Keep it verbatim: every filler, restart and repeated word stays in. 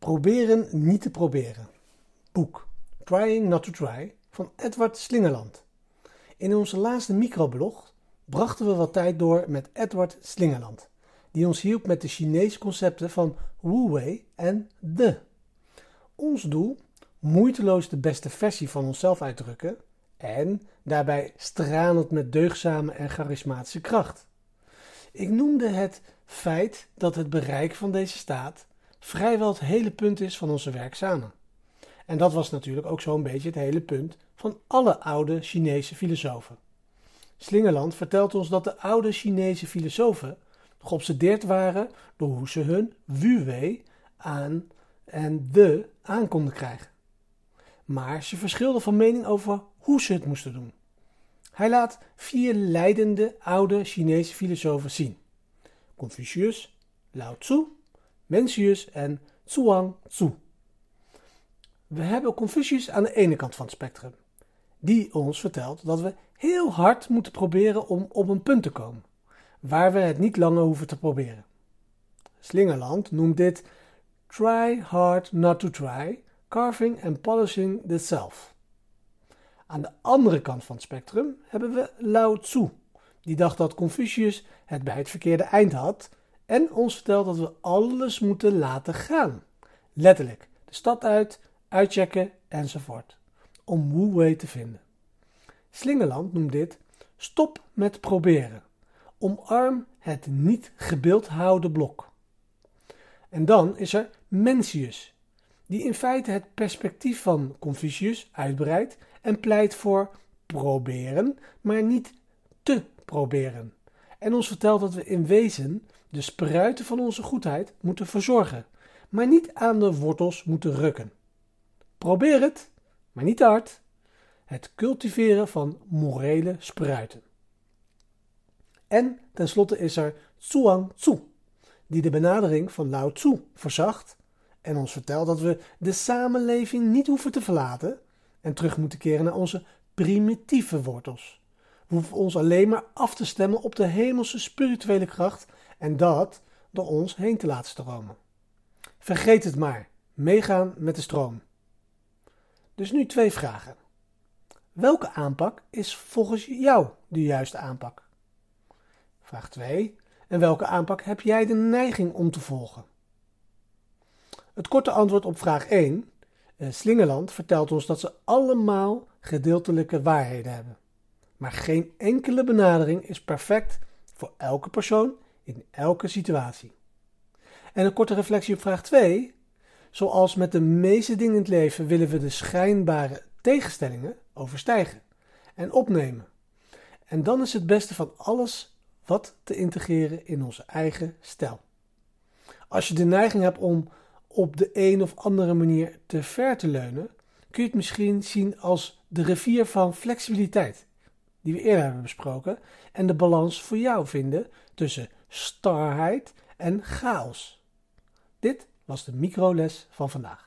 Proberen niet te proberen. Boek Trying Not to Try van Edward Slingerland. In onze laatste microblog brachten we wat tijd door met Edward Slingerland, die ons hielp met de Chinese concepten van Wu Wei en De. Ons doel, moeiteloos de beste versie van onszelf uitdrukken en daarbij stralend met deugdzame en charismatische kracht. Ik noemde het feit dat het bereik van deze staat vrijwel het hele punt is van onze werk samen. En dat was natuurlijk ook zo'n beetje het hele punt van alle oude Chinese filosofen. Slingerland vertelt ons dat de oude Chinese filosofen geobsedeerd waren door hoe ze hun Wu Wei aan en De aan konden krijgen. Maar ze verschilden van mening over hoe ze het moesten doen. Hij laat vier leidende oude Chinese filosofen zien: Confucius, Lao Tzu, Mencius en Zhuangzi. We hebben Confucius aan de ene kant van het spectrum, die ons vertelt dat we heel hard moeten proberen om op een punt te komen, waar we het niet langer hoeven te proberen. Slingerland noemt dit try hard not to try, carving and polishing the self. Aan de andere kant van het spectrum hebben we Lao Tzu, die dacht dat Confucius het bij het verkeerde eind had en ons vertelt dat we alles moeten laten gaan. Letterlijk, de stad uit, uitchecken enzovoort, om Wu Wei te vinden. Slingerland noemt dit stop met proberen. Omarm het niet gebeeldhouwde blok. En dan is er Mencius, die in feite het perspectief van Confucius uitbreidt en pleit voor proberen, maar niet te proberen. En ons vertelt dat we in wezen de spruiten van onze goedheid moeten verzorgen, maar niet aan de wortels moeten rukken. Probeer het, maar niet te hard. Het cultiveren van morele spruiten. En tenslotte is er Zhuangzi, die de benadering van Lao Tzu verzacht en ons vertelt dat we de samenleving niet hoeven te verlaten en terug moeten keren naar onze primitieve wortels. We hoeven ons alleen maar af te stemmen op de hemelse spirituele kracht en dat door ons heen te laten stromen. Vergeet het maar, meegaan met de stroom. Dus nu twee vragen. Welke aanpak is volgens jou de juiste aanpak? Vraag twee. En welke aanpak heb jij de neiging om te volgen? Het korte antwoord op vraag één. Slingerland vertelt ons dat ze allemaal gedeeltelijke waarheden hebben. Maar geen enkele benadering is perfect voor elke persoon in elke situatie. En een korte reflectie op vraag twee. Zoals met de meeste dingen in het leven willen we de schijnbare tegenstellingen overstijgen en opnemen. En dan is het beste van alles wat te integreren in onze eigen stijl. Als je de neiging hebt om op de een of andere manier te ver te leunen, kun je het misschien zien als de rivier van flexibiliteit, die we eerder hebben besproken, en de balans voor jou vinden tussen starheid en chaos. Dit was de microles van vandaag.